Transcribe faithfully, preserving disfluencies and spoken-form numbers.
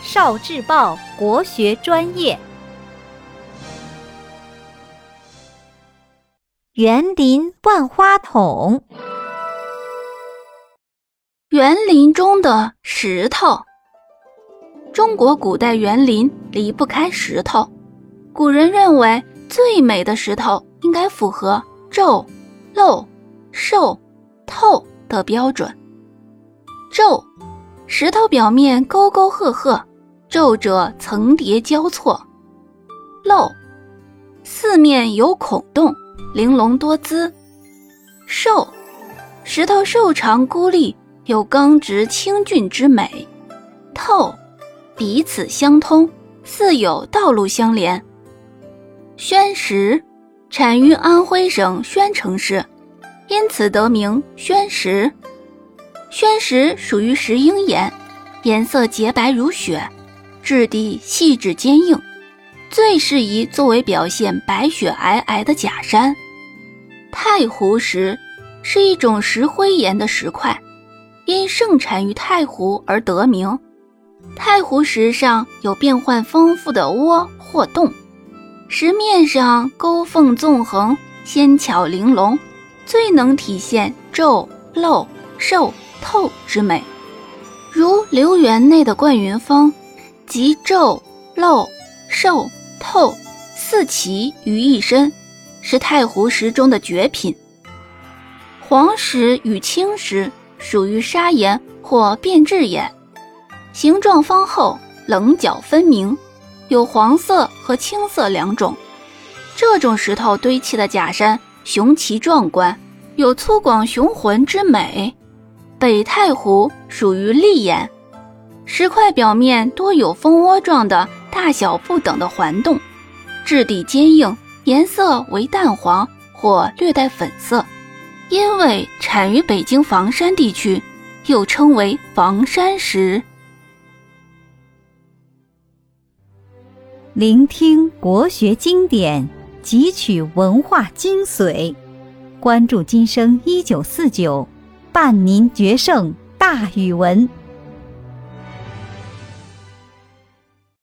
少智报国学专业。园林万花筒。 园林中的石头。中国古代园林离不开石头，古人认为最美的石头应该符合皱、漏、瘦、透的标准。皱，石头表面沟沟壑壑，皱褶层叠交错。漏，四面有孔洞，玲珑多姿。瘦，石头瘦长孤立，有刚直清俊之美。透，彼此相通，似有道路相连。宣石，产于安徽省宣城市，因此得名宣石。宣石属于石英岩，颜色洁白如雪，质地细致坚硬，最适宜作为表现白雪皑皑的假山。太湖石是一种石灰岩的石块，因盛产于太湖而得名。太湖石上有变幻丰富的窝或洞，石面上沟缝纵横，纤巧玲珑，最能体现皱、漏、瘦、透之美。如留园内的灌云峰，集皱、漏、瘦、透四奇于一身，是太湖石中的绝品。黄石与青石属于砂岩或变质岩，形状方厚，棱角分明，有黄色和青色两种。这种石头堆砌的假山雄奇壮观，有粗犷雄浑之美。北太湖属于砾岩，石块表面多有蜂窝状的大小不等的环洞，质地坚硬，颜色为淡黄或略带粉色。因为产于北京房山地区，又称为房山石。 聆听国学经典，汲取文化精髓，关注今生一九四九，伴您决胜大语文。